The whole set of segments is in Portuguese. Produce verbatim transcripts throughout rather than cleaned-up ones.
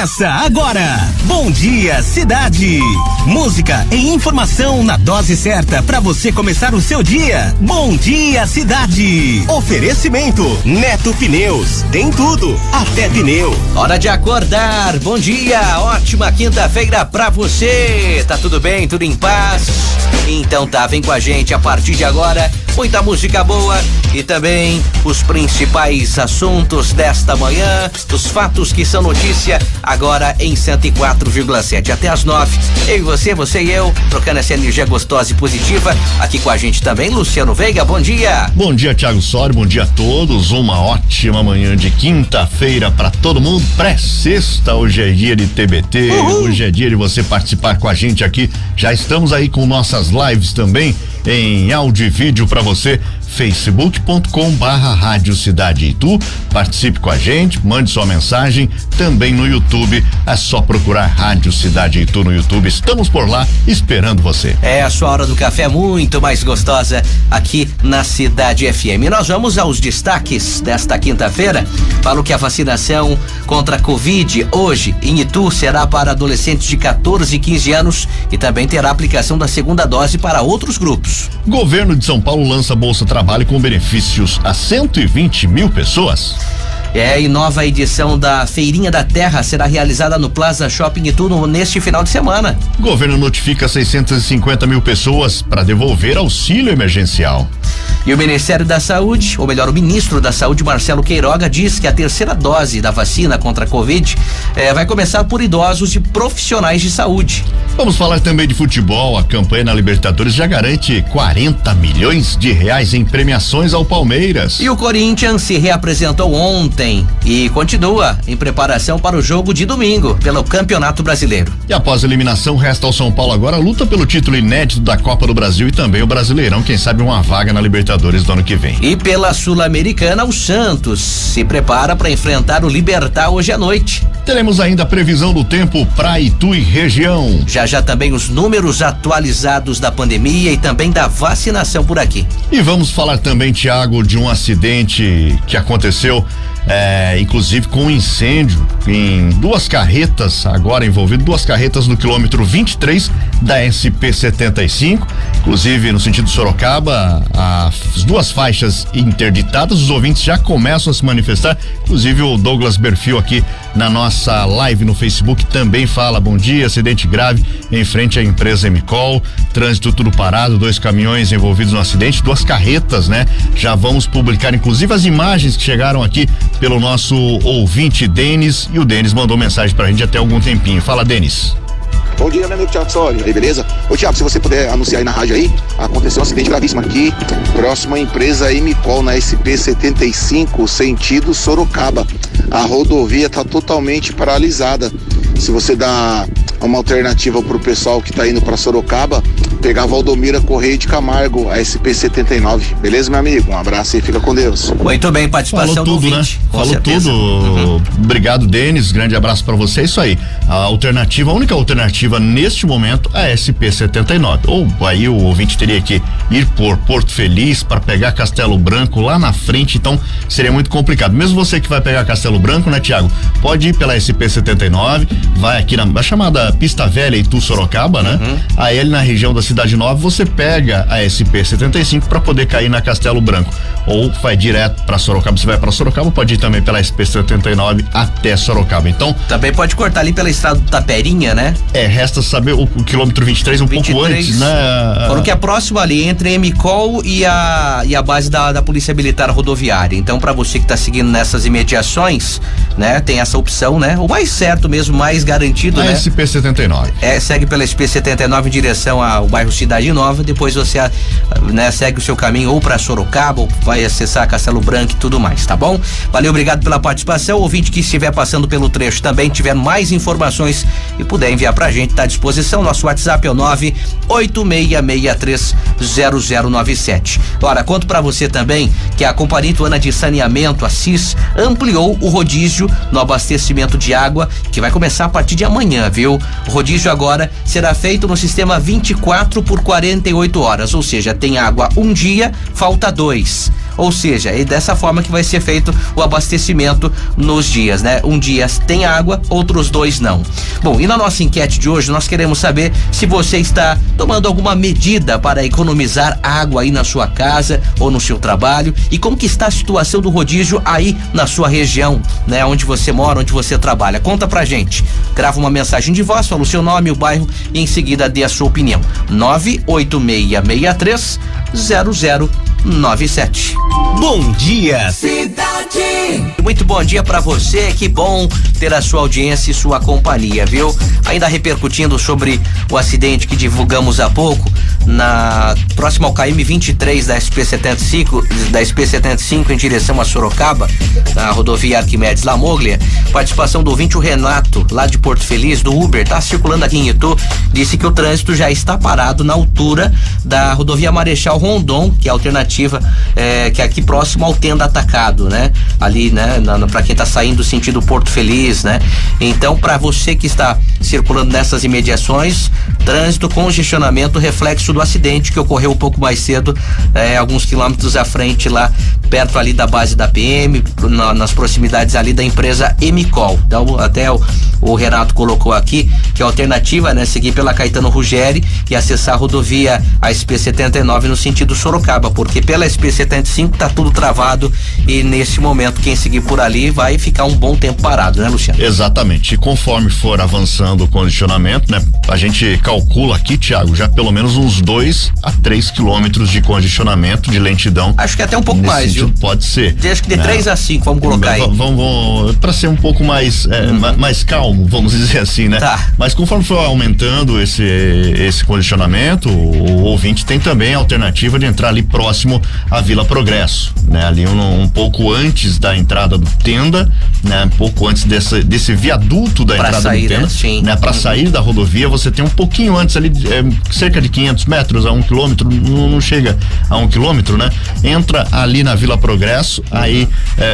Começa agora. Bom dia, cidade. Música e informação na dose certa para você começar o seu dia. Bom dia, cidade. Oferecimento Neto Pneus. Tem tudo, até pneu. Hora de acordar. Bom dia. Ótima quinta-feira pra você. Tá tudo bem? Tudo em paz? Então tá, vem com a gente a partir de agora. Muita música boa e também os principais assuntos desta manhã, os fatos que são notícia agora em cento e quatro vírgula sete até as nove. Eu e você, você e eu, trocando essa energia gostosa e positiva. Aqui com a gente também, Luciano Veiga. Bom dia. Bom dia, Thiago Soares. Bom dia a todos. Uma ótima manhã de quinta-feira para todo mundo. Pré-sexta, hoje é dia de T B T. Uhul. Hoje é dia de você participar com a gente aqui. Já estamos aí com nossas lives também em áudio e vídeo para você, facebook ponto com barra Rádio Cidade Itu. Participe com a gente, mande sua mensagem. Também no YouTube, é só procurar Rádio Cidade Itu no YouTube. Estamos por lá esperando você. É a sua hora do café muito mais gostosa aqui na Cidade F M. Nós vamos aos destaques desta quinta-feira. Falo que a vacinação contra a Covid hoje em Itu será para adolescentes de quatorze e quinze anos e também terá aplicação da segunda dose para outros grupos. Governo de São Paulo lança Bolsa Trabalho com benefícios a cento e vinte mil pessoas. É, e nova edição da Feirinha da Terra será realizada no Plaza Shopping Itu neste final de semana. Governo notifica seiscentas e cinquenta mil pessoas para devolver auxílio emergencial. E o Ministério da Saúde, ou melhor, o ministro da Saúde, Marcelo Queiroga, diz que a terceira dose da vacina contra a Covid eh, vai começar por idosos e profissionais de saúde. Vamos falar também de futebol. A campanha na Libertadores já garante quarenta milhões de reais em premiações ao Palmeiras. E o Corinthians se reapresentou ontem e continua em preparação para o jogo de domingo pelo Campeonato Brasileiro. E após a eliminação, resta ao São Paulo agora a luta pelo título inédito da Copa do Brasil e também o Brasileirão, quem sabe uma vaga na Libertadores do ano que vem. E pela Sul-Americana, o Santos se prepara para enfrentar o Libertad hoje à noite. Teremos ainda a previsão do tempo para Itu e região. Já já também os números atualizados da pandemia e também da vacinação por aqui. E vamos falar também, Thiago, de um acidente que aconteceu É, inclusive com um incêndio em duas carretas, agora envolvido duas carretas no quilômetro vinte e três da S P setenta e cinco, inclusive no sentido de Sorocaba, as duas faixas interditadas. Os ouvintes já começam a se manifestar, inclusive o Douglas Berfil aqui na nossa live no Facebook também fala: bom dia, acidente grave em frente à empresa Emicol, trânsito tudo parado, dois caminhões envolvidos no acidente, duas carretas, né? Já vamos publicar inclusive as imagens que chegaram aqui pelo nosso ouvinte Denis, e o Denis mandou mensagem pra gente até algum tempinho. Fala, Denis. Bom dia, meu amigo Thiago Soares, aí, beleza? Ô Thiago, se você puder anunciar aí na rádio aí, aconteceu um acidente gravíssimo aqui, próximo à empresa Emicol, na S P setenta e cinco, sentido Sorocaba. A rodovia tá totalmente paralisada. Se você dá uma alternativa pro pessoal que tá indo pra Sorocaba, pegar Valdomira Correia de Camargo, a S P setenta e nove, beleza, meu amigo? Um abraço e fica com Deus. Muito bem, participação Falou tudo, do ouvinte, né? Falou certeza. tudo. Uhum. Obrigado, Denis. Grande abraço pra você. É isso aí. A alternativa, a única alternativa neste momento é a S P setenta e nove. Ou aí o ouvinte teria que ir por Porto Feliz para pegar Castelo Branco lá na frente, então seria muito complicado. Mesmo você que vai pegar Castelo Branco, né, Thiago? Pode ir pela S P setenta e nove, vai aqui na a chamada Pista Velha Itu Sorocaba, né? Uhum. Aí ali na região da Cidade Nova você pega a S P setenta e cinco para poder cair na Castelo Branco. Ou vai direto para Sorocaba, você vai para Sorocaba, pode ir também pela S P setenta e nove até Sorocaba. Então, também pode cortar ali pela estrada do Taperinha, né? É, resta saber o, o quilômetro vinte e três um vinte e três, pouco antes, né? Falou que é próximo ali entre Emicol e a e a base da, da Polícia Militar Rodoviária. Então, para você que tá seguindo nessas imediações, né, tem essa opção, né? O mais certo mesmo, mais garantido, a né? S P setenta e nove. É, segue pela S P setenta e nove em direção ao bairro Cidade Nova, depois você, né, segue o seu caminho ou para Sorocaba, ou vai acessar Castelo Branco e tudo mais, tá bom? Valeu, obrigado pela participação. O ouvinte que estiver passando pelo trecho também, tiver mais informações e puder enviar pra gente, tá à disposição. Nosso WhatsApp é o nove oito seis seis três zero zero nove sete. Ora, conto pra você também que a Companhia Ituana de Saneamento, a C I S, ampliou o rodízio no abastecimento de água, que vai começar a partir de amanhã, viu? O rodízio agora será feito no sistema vinte e quatro por quarenta e oito horas, ou seja, tem água um dia, falta dois. Ou seja, é dessa forma que vai ser feito o abastecimento nos dias, né? Um dia tem água, outros dois não. Bom, e na nossa enquete de hoje nós queremos saber se você está tomando alguma medida para economizar água aí na sua casa ou no seu trabalho, e como que está a situação do rodízio aí na sua região, né? Onde você mora, onde você trabalha. Conta pra gente. Grava uma mensagem de voz, fala o seu nome, o bairro e em seguida dê a sua opinião. nove oito seis seis três zero zero nove sete. Bom dia, cidade. Muito bom dia pra você, que bom ter a sua audiência e sua companhia, viu? Ainda repercutindo sobre o acidente que divulgamos há pouco, na próxima ao K M vinte e três da S P setenta e cinco, da S P setenta e cinco em direção a Sorocaba, na rodovia Arquimedes Lamoglia. Participação do ouvinte, o Renato, lá de Porto Feliz, do Uber, tá circulando aqui em Itu, disse que o trânsito já está parado na altura da rodovia Marechal Rondon, que é a alternativa é, que é aqui próximo ao Tenda Atacado, né? Ali, né? Para quem tá saindo sentido Porto Feliz, né? Então, para você que está circulando nessas imediações, trânsito, congestionamento, reflexo do acidente que ocorreu um pouco mais cedo, é, alguns quilômetros à frente lá, perto ali da base da P M, na, nas proximidades ali da empresa Emicol. Então, até o, o Renato colocou aqui que a alternativa, né? Seguir pela Caetano Ruggeri e acessar a rodovia a S P setenta e nove no sentido Sorocaba, porque pela S P setenta e cinco tá tudo travado e nesse momento quem seguir por ali vai ficar um bom tempo parado, né, Luciano? Exatamente. E conforme for avançando o condicionamento, né, a gente calcula aqui, Thiago, já pelo menos uns dois a três quilômetros de congestionamento, de lentidão. Acho que até um pouco mais, sentido, viu? Pode ser. Acho que de né? três a cinco, vamos colocar aí. Vamos, vamos para ser um pouco mais é, uhum. mais calmo, vamos dizer assim, né? Tá. Mas conforme for aumentando esse esse condicionamento, o ouvinte tem também a alternativa de entrar ali próximo à Vila Progresso, né? Ali um, um pouco antes da entrada do Tenda, né? Um pouco antes desse, desse viaduto da pra entrada sair, do Tenda, né? Sim. né? Para uhum. sair da rodovia, você tem um pouquinho antes ali, é, cerca de quinhentos metros a um quilômetro, não, não chega a um quilômetro, né? Entra ali na Vila Progresso, uhum. aí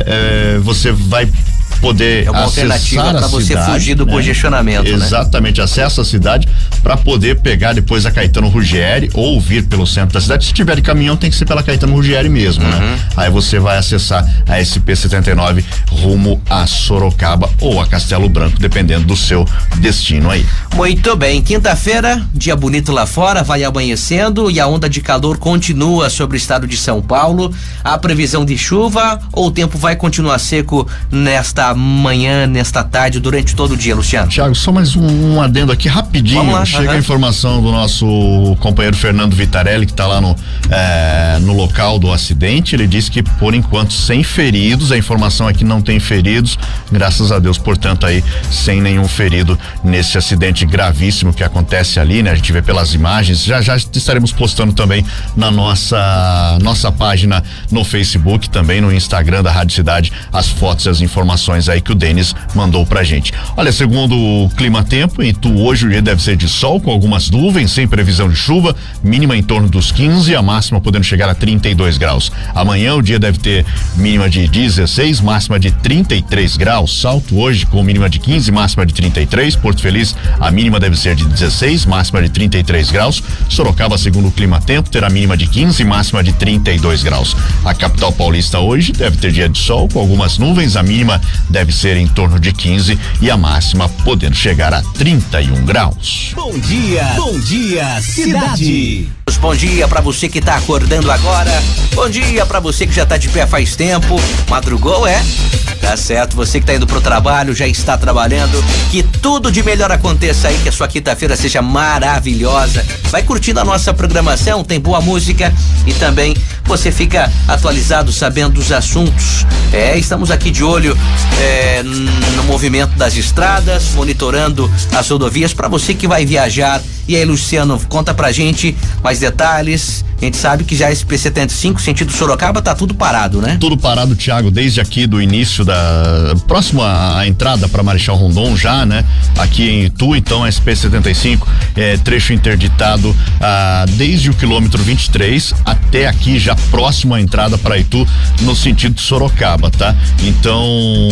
é, é, você vai poder é uma alternativa para você cidade, fugir do né? congestionamento, Exatamente, né? Acessa a cidade para poder pegar depois a Caetano Ruggeri ou vir pelo centro da cidade. Se tiver de caminhão, tem que ser pela Caetano Ruggeri mesmo, uhum. né? Aí você vai acessar a S P setenta e nove rumo a Sorocaba ou a Castelo Branco, dependendo do seu destino aí. Muito bem, quinta-feira, dia bonito lá fora, vai amanhecendo e a onda de calor continua sobre o estado de São Paulo. A previsão de chuva ou o tempo vai continuar seco nesta manhã, nesta tarde, durante todo o dia, Luciano? Thiago, só mais um, um adendo aqui rapidinho. Vamos lá, chega uhum. a informação do nosso companheiro Fernando Vitarelli, que está lá no, é, no local do acidente. Ele disse que por enquanto sem feridos, a informação é que não tem feridos, graças a Deus, portanto aí sem nenhum ferido nesse acidente gravíssimo que acontece ali, né? A gente vê pelas imagens, já já estaremos postando também na nossa nossa página no Facebook, também no Instagram da Rádio Cidade, as fotos e as informações aí que o Denis mandou pra gente. Olha, segundo o Clima Tempo, em Itu hoje o dia deve ser de sol com algumas nuvens, sem previsão de chuva, mínima em torno dos quinze, a máxima podendo chegar a trinta e dois graus. Amanhã o dia deve ter mínima de dezesseis, máxima de trinta e três graus. Salto hoje com mínima de quinze, máxima de trinta e três. Porto Feliz, a mínima deve ser de dezesseis, máxima de trinta e três graus. Sorocaba, segundo o Clima Tempo, terá mínima de quinze, máxima de trinta e dois graus. A capital paulista hoje deve ter dia de sol com algumas nuvens, a mínima deve ser em torno de quinze e a máxima podendo chegar a trinta e um graus. Bom dia, bom dia, cidade. Bom dia pra você que tá acordando agora. Bom dia pra você que já tá de pé faz tempo. Madrugou, é? Tá certo, você que tá indo pro trabalho, já está trabalhando, que tudo de melhor aconteça aí, que a sua quinta-feira seja maravilhosa. Vai curtindo a nossa programação, tem boa música e também você fica atualizado, sabendo dos assuntos. É, estamos aqui de olho é, no movimento das estradas, monitorando as rodovias para você que vai viajar. E aí, Luciano, conta pra gente mais detalhes. A gente sabe que já a S P setenta e cinco, sentido Sorocaba, tá tudo parado, né? Tudo parado, Thiago, desde aqui do início da... próximo à, à entrada para Marechal Rondon já, né? Aqui em Itu, então, a S P setenta e cinco, é, trecho interditado ah, desde o quilômetro vinte e três até aqui, já próximo à entrada para Itu, no sentido de Sorocaba, tá? Então,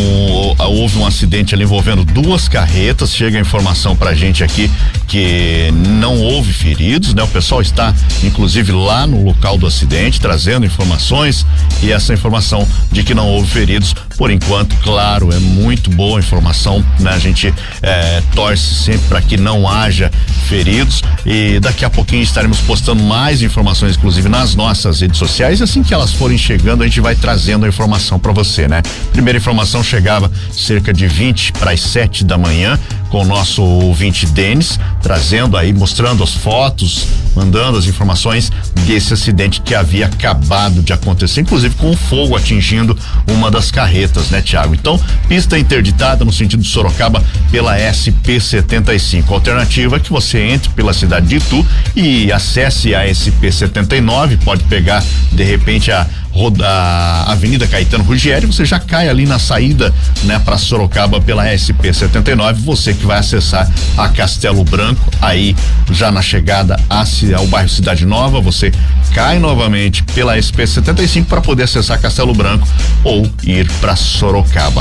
houve um acidente ali envolvendo duas carretas, chega a informação pra gente aqui que não houve feridos, né? O pessoal está, inclusive, lá lá no local do acidente, trazendo informações e essa informação de que não houve feridos, por enquanto, claro, é muito boa a informação, né? A gente é, torce sempre para que não haja feridos e daqui a pouquinho estaremos postando mais informações, inclusive nas nossas redes sociais, e assim que elas forem chegando, a gente vai trazendo a informação para você, né? Primeira informação chegava cerca de vinte para as sete da manhã com o nosso ouvinte Denis, trazendo aí, mostrando as fotos, mandando as informações desse acidente que havia acabado de acontecer, inclusive com o fogo atingindo uma das carretas, né, Tiago? Então, pista interditada no sentido de Sorocaba pela S P setenta e cinco. A alternativa é que você entre pela cidade de Itu e acesse a S P setenta e nove, pode pegar de repente a a Avenida Caetano Ruggieri, você já cai ali na saída, né, para Sorocaba pela S P setenta e nove, você que vai acessar a Castelo Branco, aí já na chegada ao bairro Cidade Nova, você cai novamente pela S P setenta e cinco para poder acessar Castelo Branco ou ir para Sorocaba.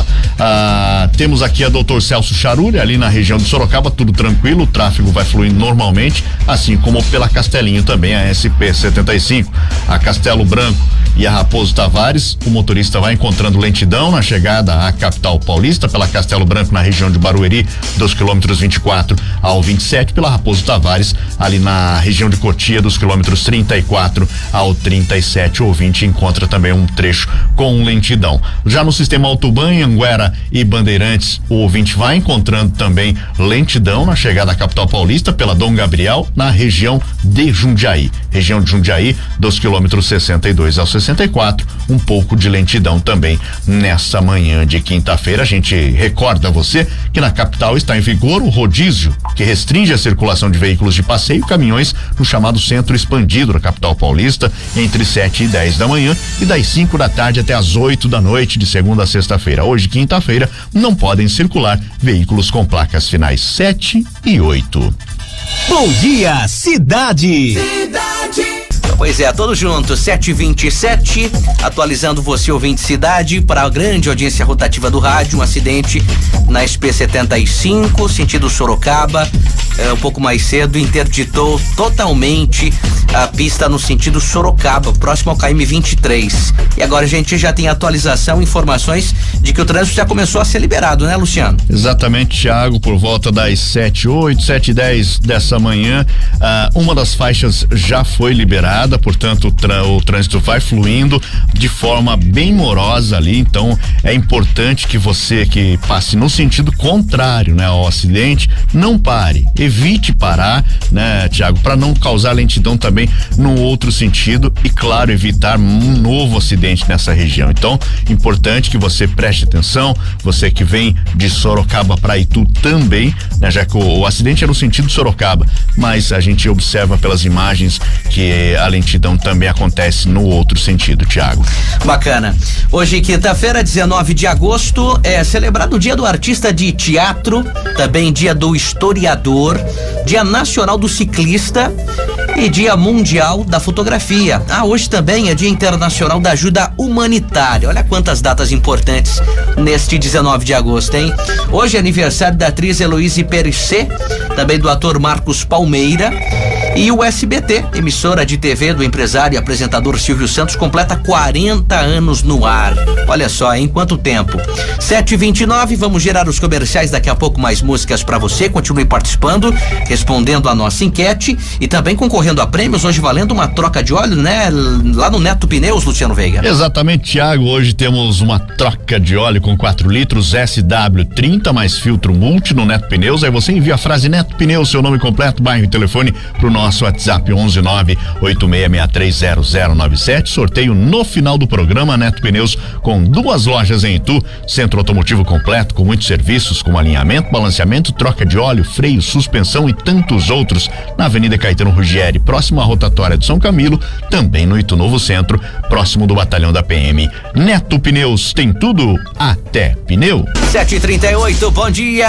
Ah, temos aqui a doutor Celso Charuri, ali na região de Sorocaba, tudo tranquilo, o tráfego vai fluir normalmente, assim como pela Castelinho também a S P setenta e cinco. A Castelo Branco e a Raposo Tavares, o motorista vai encontrando lentidão na chegada à capital paulista, pela Castelo Branco na região de Barueri, dos quilômetros vinte e quatro ao vinte e sete, pela Raposo Tavares, ali na região de Cotia, dos quilômetros trinta e quatro ao trinta e sete, o ouvinte encontra também um trecho com lentidão. Já no sistema Autoban, Anguera e Bandeirantes, o ouvinte vai encontrando também lentidão na chegada à capital paulista, pela Dom Gabriel, na região de Jundiaí, região de Jundiaí, dos quilômetros sessenta e dois ao sessenta e quatro, um pouco de lentidão também nessa manhã de quinta-feira. A gente recorda você que na capital está em vigor o rodízio, que restringe a circulação de veículos de passeio e caminhões no chamado centro expandido da capital paulista, entre sete e dez da manhã e das cinco da tarde até as oito da noite, de segunda a sexta-feira. Hoje, quinta-feira, não podem circular veículos com placas finais sete e oito. Bom dia, cidade. Cidade. Pois é, todos juntos, sete e vinte e sete, atualizando você, ouvinte Cidade, para a grande audiência rotativa do rádio, um acidente na S P setenta e cinco, sentido Sorocaba, é, um pouco mais cedo, interditou totalmente a pista no sentido Sorocaba, próximo ao K M vinte e três. E agora a gente já tem atualização, informações de que o trânsito já começou a ser liberado, né, Luciano? Exatamente, Thiago, por volta das sete e oito, sete e dez dessa manhã, ah, uma das faixas já foi liberada, portanto o, o trânsito vai fluindo de forma bem morosa ali, então é importante que você que passe no sentido contrário, né, ao acidente, não pare, evite parar, né, Tiago, para não causar lentidão também no outro sentido e, claro, evitar um novo acidente nessa região. Então, importante que você preste atenção, você que vem de Sorocaba para Itu também, né, já que o, o acidente é no sentido Sorocaba, mas a gente observa pelas imagens que a lentidão também acontece no outro sentido, Tiago. Bacana. Hoje, quinta-feira, dezenove de agosto, é celebrado o Dia do Artista de Teatro, também Dia do Historiador, Dia Nacional do Ciclista e Dia Mundial da Fotografia. Ah, hoje também é Dia Internacional da Ajuda Humanitária. Olha quantas datas importantes neste dezenove de agosto, hein? Hoje é aniversário da atriz Heloíse Perissé, também do ator Marcos Palmeira. E o S B T, emissora de T V do empresário e apresentador Silvio Santos, completa quarenta anos no ar. Olha só, hein? Quanto tempo. sete e vinte e nove, vamos gerar os comerciais, daqui a pouco mais músicas pra você. Continue participando, respondendo a nossa enquete e também concorrendo a prêmios, hoje valendo uma troca de óleo, né? Lá no Neto Pneus, Luciano Veiga. Exatamente, Thiago, hoje temos uma troca de óleo com quatro litros S W trinta mais filtro multi no Neto Pneus. Aí você envia a frase Neto Pneus, seu nome completo, bairro e telefone pro nosso Nosso WhatsApp onze nove oito seis seis três zero zero nove sete. Sorteio no final do programa. Neto Pneus, com duas lojas em Itu, centro automotivo completo com muitos serviços como alinhamento, balanceamento, troca de óleo, freio, suspensão e tantos outros, na Avenida Caetano Ruggieri, próximo à rotatória de São Camilo, também no Itu Novo Centro, próximo do batalhão da P M. Neto Pneus, tem tudo até pneu. sete e trinta e oito, bom dia!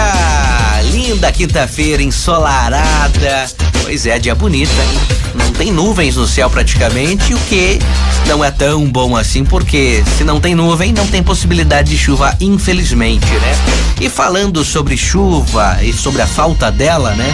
Linda quinta-feira ensolarada. Pois é, dia bonita, hein? Não tem nuvens no céu praticamente, o que não é tão bom assim, porque se não tem nuvem, não tem possibilidade de chuva, infelizmente, né? E falando sobre chuva e sobre a falta dela, né?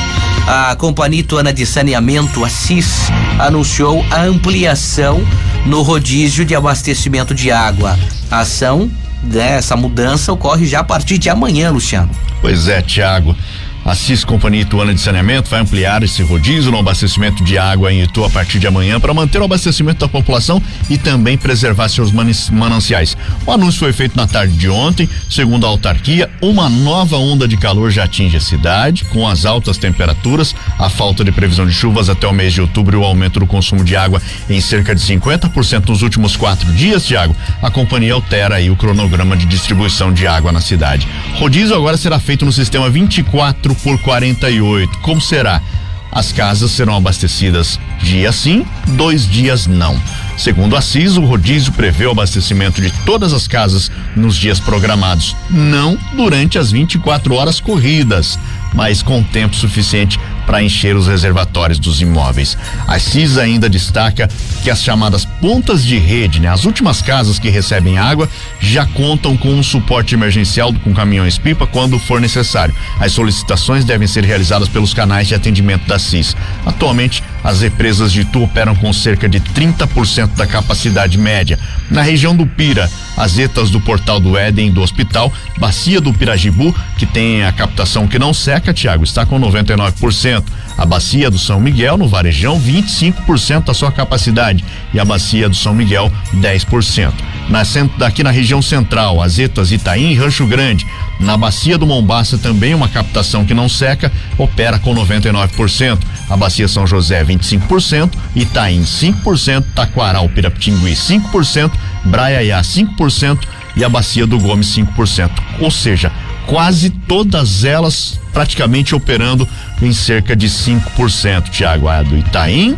A Companhia Ituana de Saneamento, a CIS, anunciou a ampliação no rodízio de abastecimento de água. A ação dessa mudança ocorre já a partir de amanhã, Luciano. Pois é, Tiago. A CIS, Companhia Ituana de Saneamento, vai ampliar esse rodízio no abastecimento de água em Itu a partir de amanhã para manter o abastecimento da população e também preservar seus mananciais. O anúncio foi feito na tarde de ontem. Segundo a autarquia, uma nova onda de calor já atinge a cidade, com as altas temperaturas, a falta de previsão de chuvas até o mês de outubro e o aumento do consumo de água em cerca de cinquenta por cento nos últimos quatro dias, Tiago. A companhia altera aí o cronograma de distribuição de água na cidade. Rodízio agora será feito no sistema vinte e quatro por quarenta e oito. Como será? As casas serão abastecidas dia sim, dois dias não. Segundo a CIS, o rodízio prevê o abastecimento de todas as casas nos dias programados, não durante as vinte e quatro horas corridas, mas com tempo suficiente para encher os reservatórios dos imóveis. A CIS ainda destaca que as chamadas pontas de rede, né, as últimas casas que recebem água, já contam com um suporte emergencial com caminhões-pipa quando for necessário. As solicitações devem ser realizadas pelos canais de atendimento da CIS. Atualmente, as represas de Itu operam com cerca de trinta por cento da capacidade média. Na região do Pira, as etas do Portal do Éden do Hospital, Bacia do Pirajibu, que tem a captação que não seca, Tiago, está com noventa e nove por cento. A Bacia do São Miguel, no Varejão, vinte e cinco por cento da sua capacidade, e a Bacia do São Miguel, dez por cento. Na, aqui na região central, as etas Itaim e Rancho Grande. Na Bacia do Mombaça, também uma captação que não seca, opera com noventa e nove por cento. A Bacia São José, vinte e cinco por cento, Itaim, cinco por cento, Taquaral, Pirapitingui, cinco por cento, Braiaiá, cinco por cento e a Bacia do Gomes, cinco por cento. Ou seja, quase todas elas praticamente operando em cerca de cinco por cento, Tiago. A do Itaim,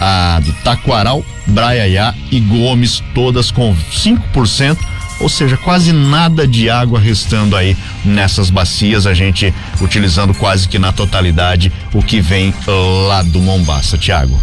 a do Taquaral, Braiaiá e Gomes, todas com cinco por cento. Ou seja, quase nada de água restando aí nessas bacias, a gente utilizando quase que na totalidade o que vem lá do Mombaça, Tiago.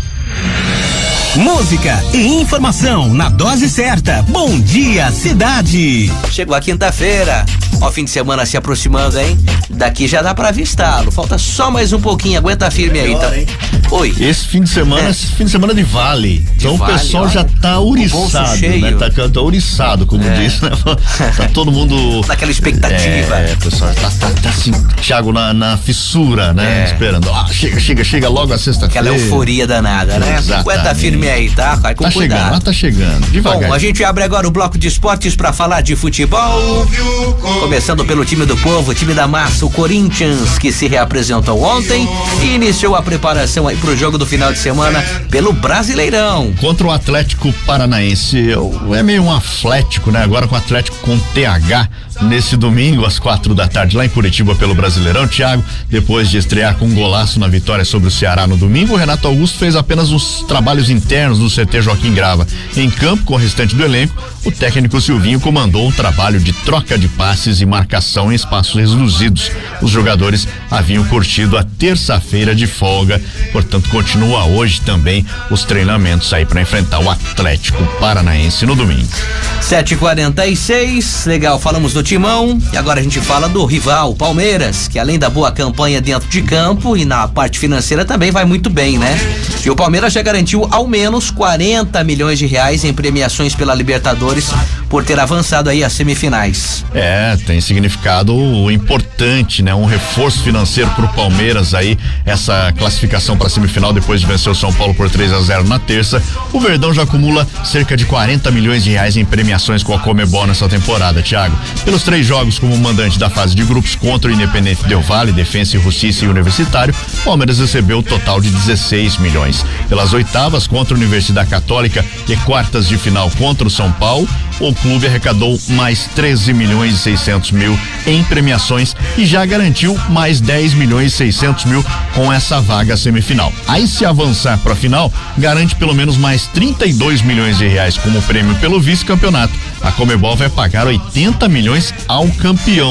Música e informação na dose certa. Bom dia, cidade. Chegou a quinta-feira, ó, fim de semana se aproximando, hein? Daqui já dá pra avistá-lo. Falta só mais um pouquinho, aguenta firme aí, então. Hein? Oi. Esse fim de semana, é. esse fim de semana de vale. De então vale, o pessoal olha, já tá ouriçado, né? Tá, tá ouriçado, como é. diz, né? Tá todo mundo. Naquela expectativa. É, pessoal, tá, tá, tá assim, Thiago, na, na fissura, né? É. Esperando. Ah, chega, chega, chega logo a sexta-feira. Aquela euforia danada, né? Exatamente. Aguenta firme aí, tá? Vai com tá cuidado. Chegando, tá chegando, devagar. Bom, a gente abre agora o bloco de esportes pra falar de futebol. Começando pelo time do povo, o time da massa, o Corinthians, que se reapresentou ontem e iniciou a preparação aí pro jogo do final de semana pelo Brasileirão. Contra o Atlético Paranaense, é meio um atlético, né? Agora com o Atlético com T H, nesse domingo às quatro da tarde lá em Curitiba pelo Brasileirão. Thiago, depois de estrear com um golaço na vitória sobre o Ceará no domingo, o Renato Augusto fez apenas os trabalhos internos do C T Joaquim Grava. Em campo, com o restante do elenco, o técnico Silvinho comandou um trabalho de troca de passes e marcação em espaços reduzidos. Os jogadores haviam curtido a terça-feira de folga, portanto continua hoje também os treinamentos aí para enfrentar o Atlético Paranaense no domingo. sete e quarenta e seis, legal, falamos do Timão e agora a gente fala do rival, o Palmeiras, que além da boa campanha dentro de campo e na parte financeira também vai muito bem, né? E o Palmeiras já garantiu ao menos quarenta milhões de reais em premiações pela Libertadores por ter avançado aí às semifinais. É, tem significado importante, né? Um reforço financeiro pro Palmeiras aí, essa classificação para semifinal depois de vencer o São Paulo por três a zero na terça. O Verdão já acumula cerca de quarenta milhões de reais em premiações com a Comebol nessa temporada, Thiago. Pelos três jogos como mandante da fase de grupos contra o Independente Del Valle, Defensa e Justiça e Universitário, o Palmeiras recebeu o total de dezesseis milhões. Pelas oitavas contra a Universidade Católica e quartas de final contra o São Paulo, o clube arrecadou mais treze milhões e seiscentos mil em premiações e já garantiu mais dez milhões e seiscentos mil com essa vaga semifinal. Aí, se avançar para a final, garante pelo menos mais trinta e dois milhões de reais como prêmio pelo vice-campeonato. A Comebol vai pagar oitenta milhões ao campeão.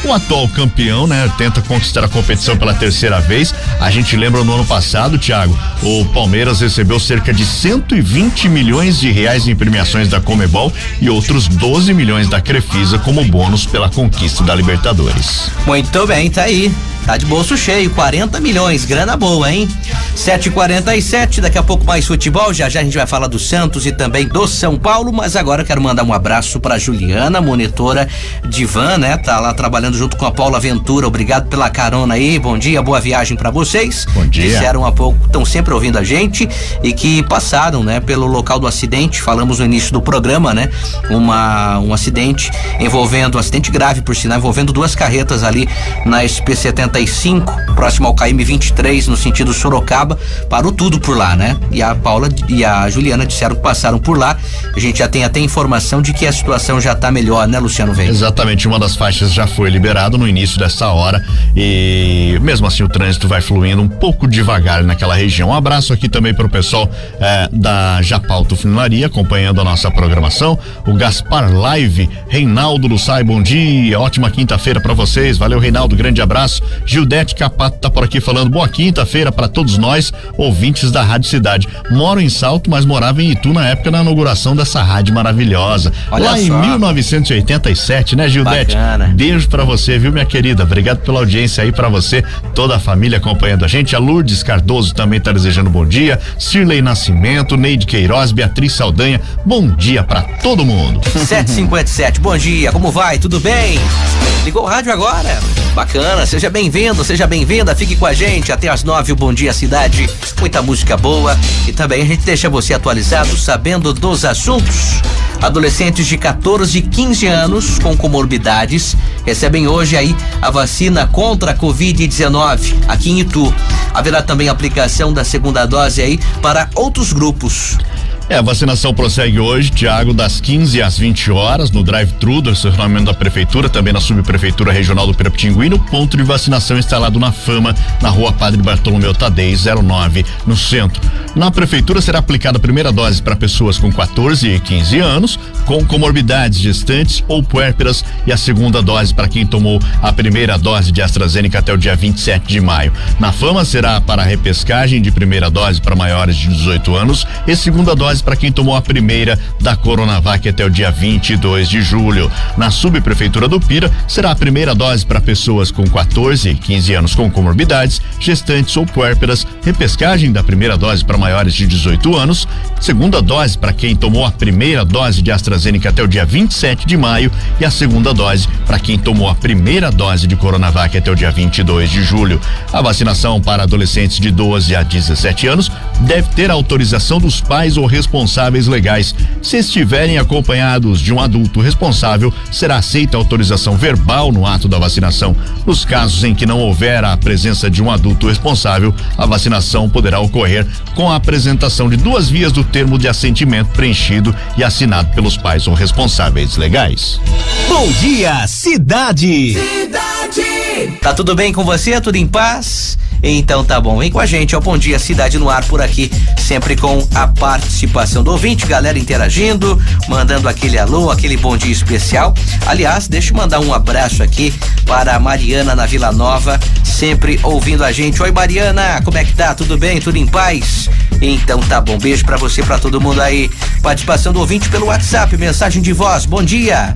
o atual campeão, né? Tenta conquistar a competição pela terceira vez. A gente lembra no ano passado, Thiago, o Palmeiras recebeu cerca de cento e vinte milhões de reais em premiações da Conmebol e outros doze milhões da Crefisa como bônus pela conquista da Libertadores. Muito bem, tá aí. Tá de bolso cheio, quarenta milhões, grana boa, hein? sete e quarenta e sete, daqui a pouco mais futebol, já já a gente vai falar do Santos e também do São Paulo, mas agora eu quero mandar um abraço pra Juliana, monitora de van, né? Tá lá trabalhando junto com a Paula Ventura, obrigado pela carona aí, bom dia, boa viagem pra vocês. Bom dia. Disseram há pouco, estão sempre ouvindo a gente e que passaram, né, pelo local do acidente, falamos no início do programa, né? Uma, um acidente envolvendo, um acidente grave por sinal, envolvendo duas carretas ali na S P setenta e cinco, próximo ao K M vinte e três, no sentido Sorocaba, parou tudo por lá, né? E a Paula e a Juliana disseram que passaram por lá. A gente já tem até informação de que a situação já tá melhor, né, Luciano Veiga? Exatamente, uma das faixas já foi liberada no início dessa hora e mesmo assim o trânsito vai fluindo um pouco devagar naquela região. Um abraço aqui também para o pessoal eh, da Japauto Funilaria acompanhando a nossa programação, o Gaspar Live, Reinaldo Lussai, bom dia, ótima quinta-feira para vocês, valeu Reinaldo, grande abraço. Gildete Capato tá por aqui falando, boa quinta-feira para todos nós, ouvintes da Rádio Cidade. Moro em Salto, mas morava em Itu na época da inauguração dessa rádio maravilhosa. Olha lá só. Em mil novecentos e oitenta e sete, né, Gildete? Bacana. Beijo pra você, viu, minha querida? Obrigado pela audiência aí pra você, toda a família acompanhando a gente. A Lourdes Cardoso também tá desejando bom dia. Cirlei Nascimento, Neide Queiroz, Beatriz Saldanha, bom dia pra todo mundo. sete e cinquenta e sete, bom dia, como vai? Tudo bem? Ligou o rádio agora? Bacana, seja bem-vindo, seja bem-vinda, fique com a gente até às nove, o Bom Dia Cidade, muita música boa e também a gente deixa você atualizado, sabendo dos assuntos. Adolescentes de quatorze e quinze anos com comorbidades recebem hoje aí a vacina contra a covid dezenove aqui em Itu. Haverá também aplicação da segunda dose aí para outros grupos. É, a vacinação prossegue hoje, Tiago, das quinze às vinte horas, no drive-thru do estacionamento da prefeitura, também na subprefeitura regional do Pirapitinguí, no ponto de vacinação instalado na Fama, na rua Padre Bartolomeu Tadei, zero nove, no centro. Na prefeitura será aplicada a primeira dose para pessoas com quatorze e quinze anos, com comorbidades gestantes ou puérperas, e a segunda dose para quem tomou a primeira dose de AstraZeneca até o dia vinte e sete de maio. Na Fama será para a repescagem de primeira dose para maiores de dezoito anos e segunda dose para quem tomou a primeira da Coronavac até o dia vinte e dois de julho. Na subprefeitura do Pira será a primeira dose para pessoas com quatorze e quinze anos com comorbidades, gestantes ou puérperas, repescagem da primeira dose para maiores de dezoito anos, segunda dose para quem tomou a primeira dose de AstraZeneca até o dia vinte e sete de maio e a segunda dose para quem tomou a primeira dose de Coronavac até o dia vinte e dois de julho. A vacinação para adolescentes de doze a dezessete anos deve ter a autorização dos pais ou responsáveis legais. Se estiverem acompanhados de um adulto responsável, será aceita a autorização verbal no ato da vacinação. Nos casos em que não houver a presença de um adulto responsável, a vacinação poderá ocorrer com a apresentação de duas vias do termo de assentimento preenchido e assinado pelos pais ou responsáveis legais. Bom dia, Cidade. Cidade! Tá tudo bem com você? Tudo em paz? Então tá bom, vem com a gente, ó, Bom Dia Cidade no ar por aqui, sempre com a participação do ouvinte, galera interagindo, mandando aquele alô, aquele bom dia especial. Aliás, deixa eu mandar um abraço aqui para a Mariana na Vila Nova, sempre ouvindo a gente. Oi Mariana, como é que tá? Tudo bem? Tudo em paz? Então tá bom, beijo pra você, pra todo mundo aí. Participação do ouvinte pelo WhatsApp, mensagem de voz, bom dia.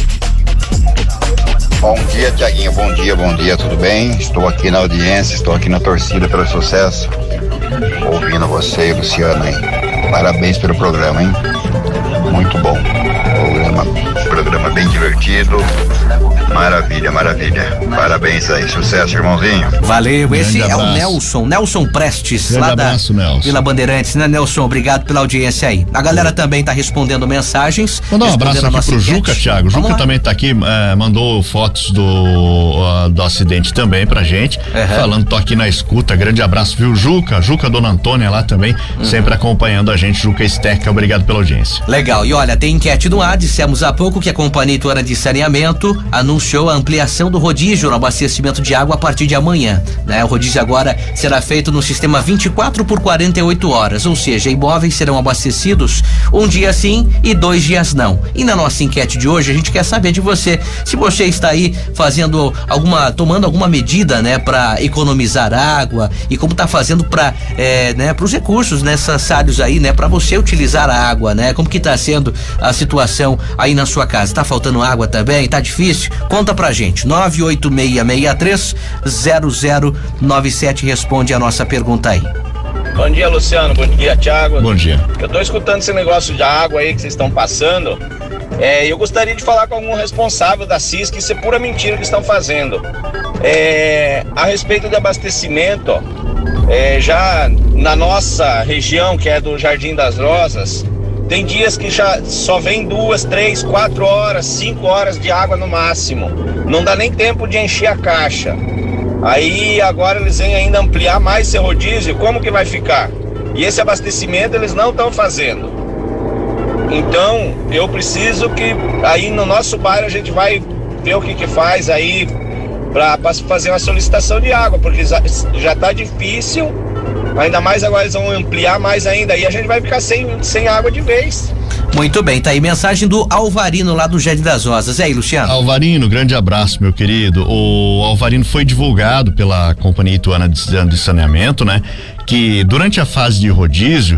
Bom dia, Tiaguinho, bom dia, bom dia, tudo bem? Estou aqui na audiência, estou aqui na torcida pelo sucesso, ouvindo você e o Luciano aí. Parabéns pelo programa, hein? Muito bom. Programa, programa bem divertido. Maravilha, maravilha. Parabéns aí, sucesso, irmãozinho. Valeu, esse Grande é abraço. o Nelson, Nelson Prestes, Grande lá abraço, da Nelson. Vila Bandeirantes, né, Nelson? Obrigado pela audiência aí. A galera também tá respondendo mensagens. Mandar um abraço respondendo a aqui pro nossa Juca, enquete. Thiago. O Vamos Juca lá. também tá aqui, eh, mandou fotos do, uh, do acidente também pra gente, Uhum. falando, tô aqui na escuta, grande abraço, viu, Juca? Juca, Dona Antônia lá também, Uhum. sempre acompanhando a gente, Juca Esteca, obrigado pela audiência. Legal, e olha, tem enquete no ar, dissemos há pouco que a Companhia Ituana de Saneamento anunciou a ampliação do rodízio no abastecimento de água a partir de amanhã, né? O rodízio agora será feito no sistema vinte e quatro por quarenta e oito horas, ou seja, imóveis serão abastecidos um dia sim e dois dias não. E na nossa enquete de hoje a gente quer saber de você, se você está aí fazendo alguma, tomando alguma medida, né, para economizar água e como tá fazendo para, é, né, para os recursos necessários aí, né, para você utilizar a água, né? Como que tá sendo a situação aí na sua casa? Tá faltando água também? Tá difícil? Conta pra gente. nove oito seis seis três zero zero nove sete responde a nossa pergunta aí. Bom dia, Luciano. Bom dia, Thiago. Bom dia. Eu tô escutando esse negócio de água aí que vocês estão passando. É, eu gostaria de falar com algum responsável da C I S que isso é pura mentira que estão fazendo. É, a respeito de abastecimento, ó, é, já na nossa região, que é do Jardim das Rosas, tem dias que já só vem duas, três, quatro horas, cinco horas de água no máximo. Não dá nem tempo de encher a caixa. Aí agora eles vêm ainda ampliar mais esse rodízio, como que vai ficar? E esse abastecimento eles não estão fazendo. Então eu preciso que aí no nosso bairro a gente vai ver o que que faz aí para fazer uma solicitação de água, porque já está difícil, ainda mais agora eles vão ampliar mais ainda, e a gente vai ficar sem, sem água de vez. Muito bem, tá aí mensagem do Alvarino lá do Jardim das Rosas. E aí, Luciano? Alvarino, grande abraço, meu querido. O Alvarino foi divulgado pela Companhia Ituana de Saneamento, né? Que durante a fase de rodízio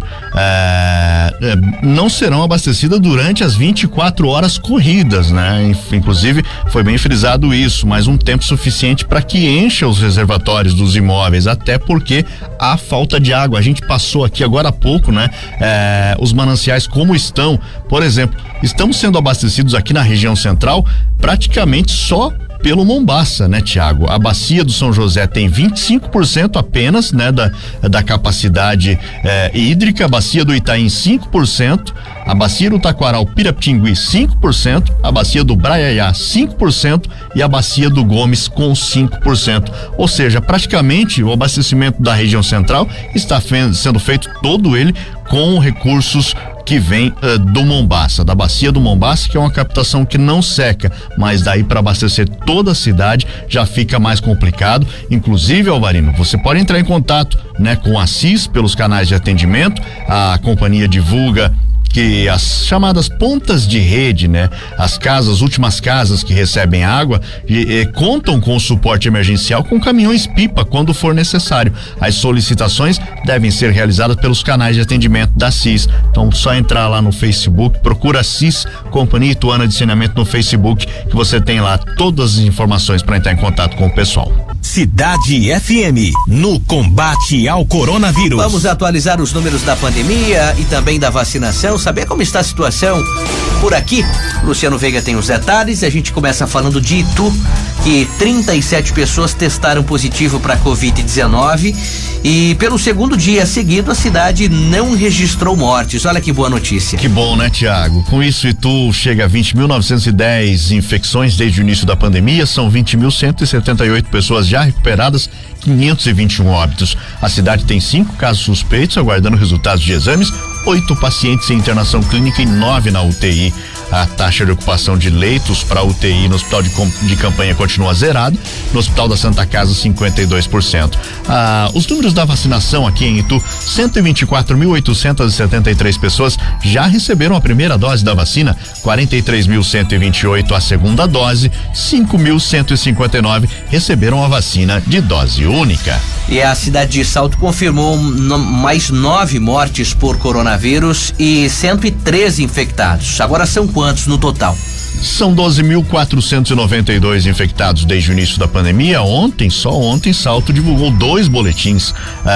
é, é, não serão abastecidas durante as vinte e quatro horas corridas, né? Inclusive foi bem frisado isso, mas um tempo suficiente para que encha os reservatórios dos imóveis, até porque há falta de água. A gente passou aqui agora há pouco, né? É, os mananciais como estão, por exemplo, estamos sendo abastecidos aqui na região central praticamente só pelo Mombaça, né, Tiago? A bacia do São José tem vinte e cinco por cento apenas, né, da, da capacidade eh, hídrica, a bacia do Itaim cinco por cento, a bacia do Taquaral Pirapitingui cinco por cento, a bacia do Braiaiá cinco por cento e a bacia do Gomes com cinco por cento. Ou seja, praticamente o abastecimento da região central está fe- sendo feito todo ele com recursos que vem uh, do Mombaça, da bacia do Mombaça, que é uma captação que não seca, mas daí para abastecer toda a cidade já fica mais complicado. Inclusive, Alvarino, você pode entrar em contato, né, com a C I S pelos canais de atendimento. A companhia divulga que as chamadas pontas de rede, né, as casas, últimas casas que recebem água, e, e, contam com o suporte emergencial com caminhões pipa quando for necessário. As solicitações devem ser realizadas pelos canais de atendimento da C I S. Então, só entrar lá no Facebook, procura C I S, Companhia Ituana de Saneamento no Facebook, que você tem lá todas as informações para entrar em contato com o pessoal. Cidade F M, no combate ao coronavírus. Vamos atualizar os números da pandemia e também da vacinação, saber como está a situação por aqui. Luciano Veiga tem os detalhes. A gente começa falando de Itu, que trinta e sete pessoas testaram positivo para covid dezenove e pelo segundo dia seguido a cidade não registrou mortes. Olha que boa notícia. Que bom, né, Tiago? Com isso, Itu chega a vinte mil novecentos e dez infecções desde o início da pandemia, são vinte mil cento e setenta e oito pessoas já recuperadas, quinhentos e vinte e um óbitos. A cidade tem cinco casos suspeitos, aguardando resultados de exames, oito pacientes em internação clínica e nove na U T I. A taxa de ocupação de leitos para U T I no hospital de, de campanha continua zerada, no Hospital da Santa Casa cinquenta e dois por cento. Ah, os números da vacinação aqui em Itu, cento e vinte e quatro mil oitocentas e setenta e três pessoas já receberam a primeira dose da vacina, quarenta e três mil cento e vinte e oito a segunda dose, cinco mil cento e cinquenta e nove receberam a vacina de dose única. E a cidade de Salto confirmou no, mais nove mortes por coronavírus e cento e treze infectados. Agora são quantos no total? São doze mil quatrocentos e noventa e dois infectados desde o início da pandemia. Ontem, só ontem, Salto divulgou dois boletins,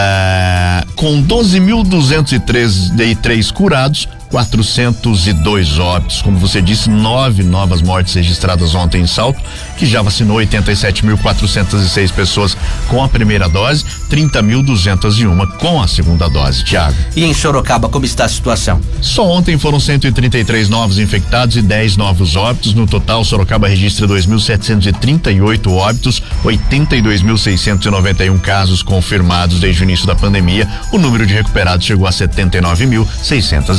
ah, com doze mil duzentos e três curados, quatrocentos e dois óbitos. Como você disse, nove novas mortes registradas ontem em Salto, que já vacinou oitenta e sete mil quatrocentas e seis pessoas com a primeira dose, trinta mil duzentas e uma com a segunda dose. Tiago. E em Sorocaba, como está a situação? Só ontem foram cento e trinta e três novos infectados e dez novos óbitos. No total, Sorocaba registra dois mil setecentos e trinta e oito óbitos, oitenta e dois mil seiscentos e noventa e um casos confirmados desde o início da pandemia. O número de recuperados chegou a setenta e nove mil seiscentos e quarenta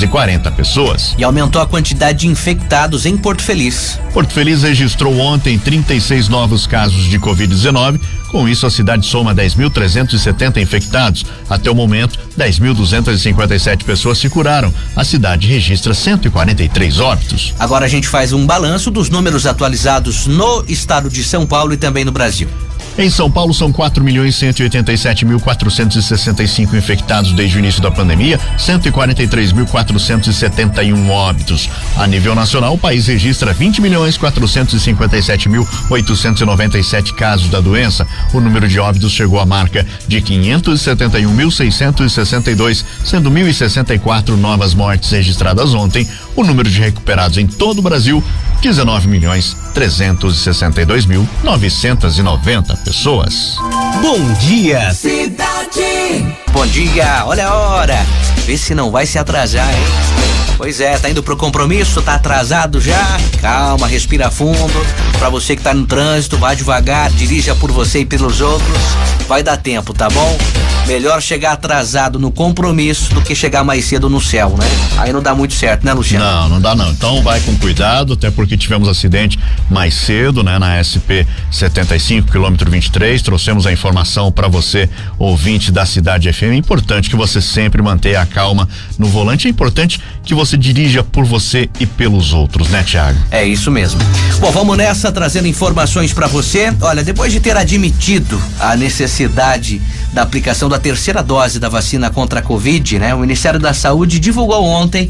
noventa pessoas. E aumentou a quantidade de infectados em Porto Feliz. Porto Feliz registrou ontem trinta e seis novos casos de covid dezenove. Com isso, a cidade soma dez mil trezentos e setenta infectados. Até o momento, dez mil duzentas e cinquenta e sete pessoas se curaram. A cidade registra cento e quarenta e três óbitos. Agora a gente faz um balanço dos números atualizados no estado de São Paulo e também no Brasil. Em São Paulo são quatro milhões cento e oitenta e sete mil quatrocentos e sessenta e cinco infectados desde o início da pandemia, cento e quarenta e três mil quatrocentos e setenta e um óbitos. A nível nacional, o país registra vinte milhões quatrocentos e cinquenta e sete mil oitocentos e noventa e sete casos da doença. O número de óbitos chegou à marca de quinhentos e setenta e um mil seiscentos e sessenta e dois, sendo mil e sessenta e quatro novas mortes registradas ontem. O número de recuperados em todo o Brasil, dezenove milhões trezentos e sessenta e dois mil novecentos e noventa pessoas. Bom dia, cidade. Bom dia, olha a hora. Vê se não vai se atrasar, hein? Pois é, tá indo pro compromisso, tá atrasado já? Calma, respira fundo. Pra você que tá no trânsito, vá devagar, dirija por você e pelos outros. Vai dar tempo, tá bom? Melhor chegar atrasado no compromisso do que chegar mais cedo no céu, né? Aí não dá muito certo, né, Luciano? Não, não dá não. Então vai com cuidado, até porque tivemos acidente mais cedo, né? Na S P setenta e cinco, quilômetro vinte e três. Trouxemos a informação para você, ouvinte da Cidade F M. É importante que você sempre mantenha a calma no volante. É importante que você dirija por você e pelos outros, né, Thiago? É isso mesmo. Bom, vamos nessa, trazendo informações para você. Olha, depois de ter admitido a necessidade da aplicação da terceira dose da vacina contra a Covid, né? O Ministério da Saúde divulgou ontem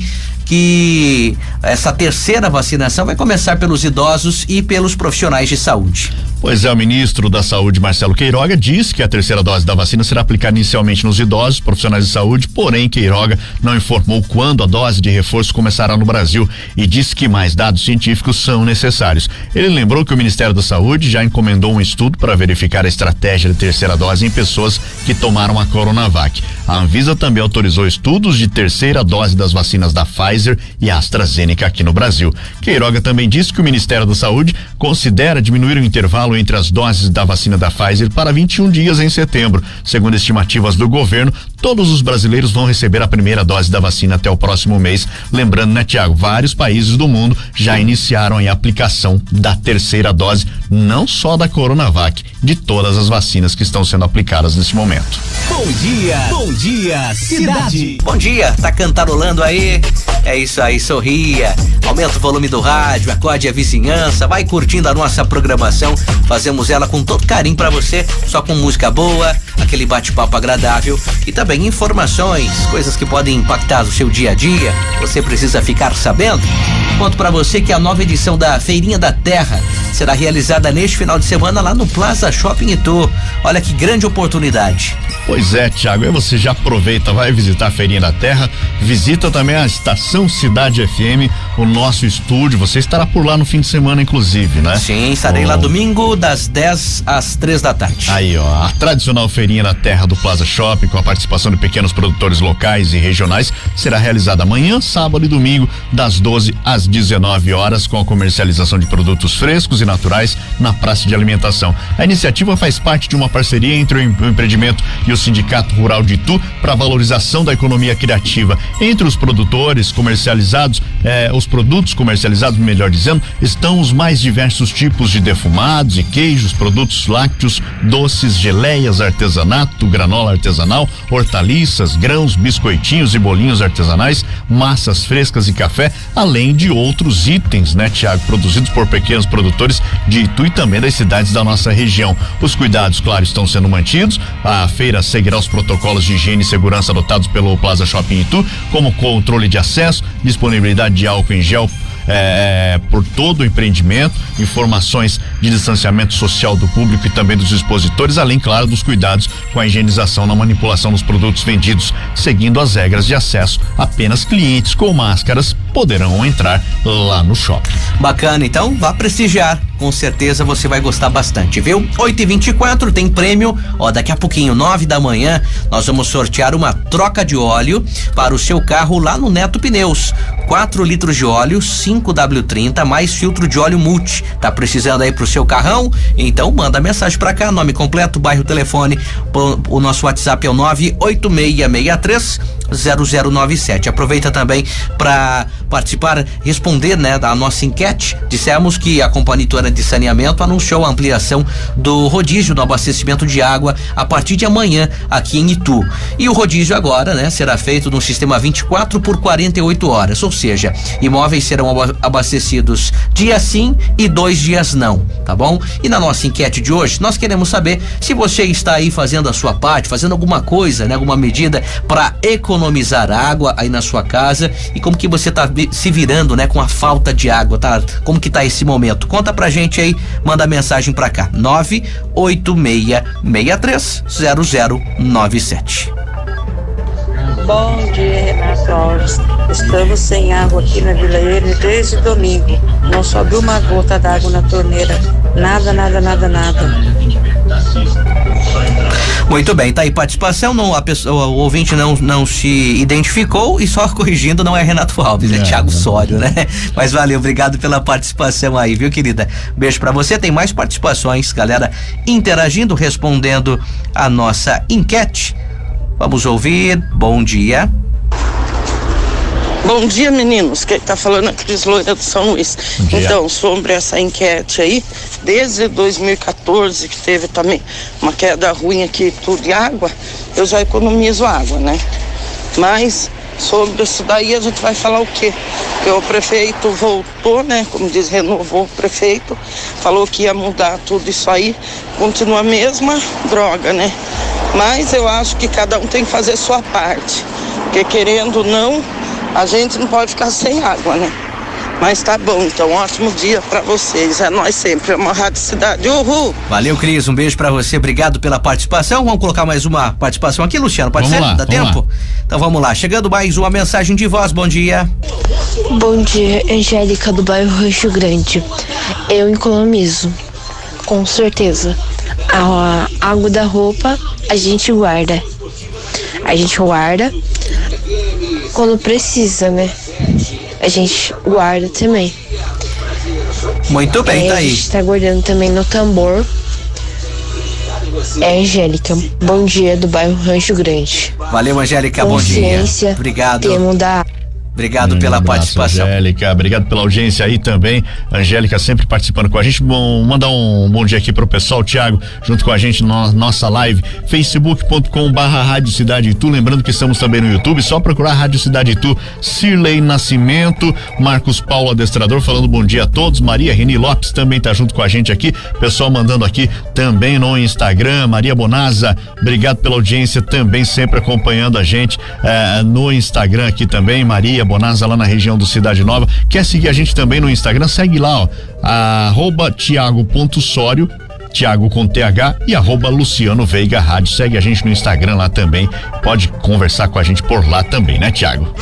que essa terceira vacinação vai começar pelos idosos e pelos profissionais de saúde. Pois é, o ministro da Saúde, Marcelo Queiroga, disse que a terceira dose da vacina será aplicada inicialmente nos idosos, profissionais de saúde, porém Queiroga não informou quando a dose de reforço começará no Brasil e disse que mais dados científicos são necessários. Ele lembrou que o Ministério da Saúde já encomendou um estudo para verificar a estratégia de terceira dose em pessoas que tomaram a Coronavac. A Anvisa também autorizou estudos de terceira dose das vacinas da Pfizer e AstraZeneca aqui no Brasil. Queiroga também disse que o Ministério da Saúde considera diminuir o intervalo entre as doses da vacina da Pfizer para vinte e um dias em setembro. Segundo estimativas do governo, todos os brasileiros vão receber a primeira dose da vacina até o próximo mês. Lembrando, né, Tiago, vários países do mundo já iniciaram a aplicação da terceira dose, não só da Coronavac, de todas as vacinas que estão sendo aplicadas nesse momento. Bom dia, bom dia, cidade. Bom dia, tá cantarolando aí? É isso aí, sorria, aumenta o volume do rádio, acorde a vizinhança, vai curtindo a nossa programação, fazemos ela com todo carinho pra você, só com música boa, aquele bate-papo agradável e também informações, coisas que podem impactar o seu dia a dia, você precisa ficar sabendo. Conto pra você que a nova edição da Feirinha da Terra será realizada neste final de semana lá no Plaza Shopping Itu. Olha que grande oportunidade. Pois é, Thiago, aí você já aproveita, vai visitar a Feirinha da Terra, visita também a Estação Cidade F M, o nosso estúdio, você estará por lá no fim de semana, inclusive, né? Sim, estarei oh. lá domingo das dez às três da tarde. Aí, ó, a tradicional Feirinha da Terra do Plaza Shopping, com a participação de pequenos produtores locais e regionais, será realizada amanhã, sábado e domingo, das doze às dezenove horas, com a comercialização de produtos frescos e naturais na praça de alimentação. A iniciativa faz parte de uma parceria entre o empreendimento e o Sindicato Rural de Itu para a valorização da economia criativa. Entre os produtores comercializados, eh, os produtos comercializados, melhor dizendo, estão os mais diversos tipos de defumados e queijos, produtos lácteos, doces, geleias, artesanato, granola artesanal, hortaliças, grãos, biscoitinhos e bolinhos artesanais, massas frescas e café, além de outros itens, né, Tiago, produzidos por pequenos produtores de Itu e também das cidades da nossa região. Os cuidados, claro, estão sendo mantidos. A feira seguirá os protocolos de higiene e segurança adotados pelo Plaza Shopping Itu, como controle de acesso, disponibilidade de álcool em gel É, por todo o empreendimento, informações de distanciamento social do público e também dos expositores, além, claro, dos cuidados com a higienização na manipulação dos produtos vendidos, seguindo as regras de acesso. Apenas clientes com máscaras poderão entrar lá no shopping. Bacana, então vá prestigiar, com certeza você vai gostar bastante, viu? oito e vinte e quatro tem prêmio, ó, daqui a pouquinho, nove da manhã, nós vamos sortear uma troca de óleo para o seu carro lá no Neto Pneus, quatro litros de óleo, cinco W trinta mais filtro de óleo multi. Tá precisando aí pro seu carrão? Então manda mensagem pra cá, nome completo, bairro, telefone. O nosso WhatsApp é o nove oito seis seis três zero zero nove sete. Aproveita também para participar, responder, né, da nossa enquete. Dissemos que a Companhia de Saneamento anunciou a ampliação do rodízio no abastecimento de água a partir de amanhã aqui em Itu. E o rodízio agora, né, será feito no sistema vinte e quatro por quarenta e oito horas, ou seja, imóveis serão abastecidos dia sim e dois dias não, tá bom? E na nossa enquete de hoje, nós queremos saber se você está aí fazendo a sua parte, fazendo alguma coisa, né, alguma medida para economizar água aí na sua casa e como que você tá se virando, né, com a falta de água, tá? Como que tá esse momento? Conta pra gente aí, manda mensagem pra cá, nove oito seis seis três zero zero nove sete. Bom dia, Renato Alves. Estamos sem água aqui na Vila Ele desde domingo. Não sobe uma gota d'água na torneira. Nada, nada, nada, nada. Muito bem, tá aí participação, não, a pessoa, o ouvinte não, não se identificou e só corrigindo, não é Renato Alves, é, é Thiago Sório, né? Mas valeu, obrigado pela participação aí, viu, querida? Beijo pra você, tem mais participações, galera interagindo, respondendo a nossa enquete. Vamos ouvir, bom dia. Bom dia, meninos. Quem tá falando é a Cris Loira do São Luís. Então, sobre essa enquete aí, desde dois mil e quatorze, que teve também uma queda ruim aqui, tudo de água, eu já economizo água, né? Mas sobre isso daí a gente vai falar o quê? Porque o prefeito voltou, né? Como diz, renovou o prefeito, falou que ia mudar tudo isso aí, continua a mesma droga, né? Mas eu acho que cada um tem que fazer sua parte, porque querendo ou não, a gente não pode ficar sem água, né? Mas tá bom, então ótimo dia pra vocês, é nós sempre, é uma Rádio Cidade, uhul! Valeu, Cris, um beijo pra você, obrigado pela participação. Vamos colocar mais uma participação aqui, Luciano, pode vamos ser? Lá, Dá tempo? Lá. Então vamos lá, chegando mais uma mensagem de voz, bom dia. Bom dia, Angélica do bairro Rancho Grande. Eu economizo, com certeza. A água da roupa a gente guarda. A gente guarda quando precisa, né? A gente guarda também. Muito bem, é, tá aí. A gente tá guardando também no tambor. É Angélica, bom dia do bairro Rancho Grande. Valeu, Angélica, bom dia. Obrigado. Temo da Obrigado um pela abraço, participação. Angélica, obrigado pela audiência aí também. Angélica sempre participando com a gente. Bom, mandar um bom dia aqui pro pessoal, Thiago, junto com a gente na no, nossa live, facebook ponto com barra Rádio Cidade Itu. Lembrando que estamos também no YouTube, só procurar Rádio Cidade Itu. Cirlei Nascimento, Marcos Paulo Adestrador falando bom dia a todos. Maria Reni Lopes também tá junto com a gente aqui. Pessoal mandando aqui também no Instagram. Maria Bonazza, obrigado pela audiência também, sempre acompanhando a gente eh, no Instagram aqui também. Maria Bonazza lá na região do Cidade Nova. Quer seguir a gente também no Instagram? Segue lá, ó, arroba Thiago ponto Sório, Thiago com T H e arroba Luciano Veiga Rádio. Segue a gente no Instagram lá também. Pode conversar com a gente por lá também, né, Thiago?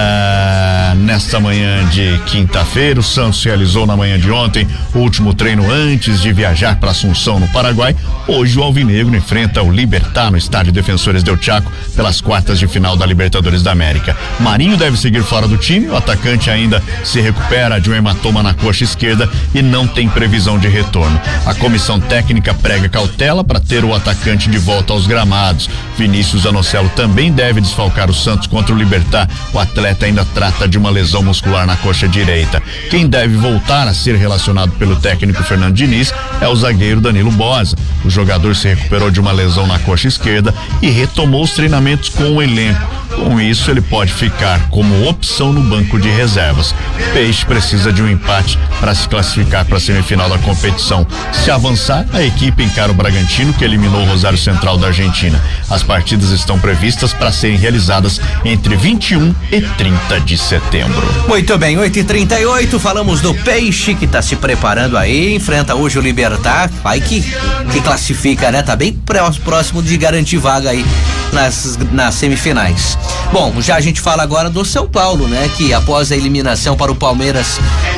Ah, nesta manhã de quinta-feira, o Santos realizou na manhã de ontem o último treino antes de viajar para Assunção, no Paraguai. Hoje o Alvinegro enfrenta o Libertad no estádio Defensores del Chaco pelas quartas de final da Libertadores da América. Marinho deve seguir fora do time. O atacante ainda se recupera de um hematoma na coxa esquerda e não tem previsão de retorno. A comissão técnica técnica prega cautela para ter o atacante de volta aos gramados. Vinícius Anocelo também deve desfalcar o Santos contra o Libertad. O atleta ainda trata de uma lesão muscular na coxa direita. Quem deve voltar a ser relacionado pelo técnico Fernando Diniz é o zagueiro Danilo Boza. O jogador se recuperou de uma lesão na coxa esquerda e retomou os treinamentos com o elenco. Com isso, ele pode ficar como opção no banco de reservas. O Peixe precisa de um empate para se classificar para a semifinal da competição. Se avançar, a equipe encara o Bragantino, que eliminou o Rosário Central da Argentina. As partidas estão previstas para serem realizadas entre vinte e um e trinta de setembro. Muito bem, oito e trinta e oito, falamos do Peixe que está se preparando aí, enfrenta hoje o Libertad, vai que, que classifica, né? Tá bem próximo de garantir vaga aí nas, nas semifinais. Bom, já a gente fala agora do São Paulo, né? Que após a eliminação para o Palmeiras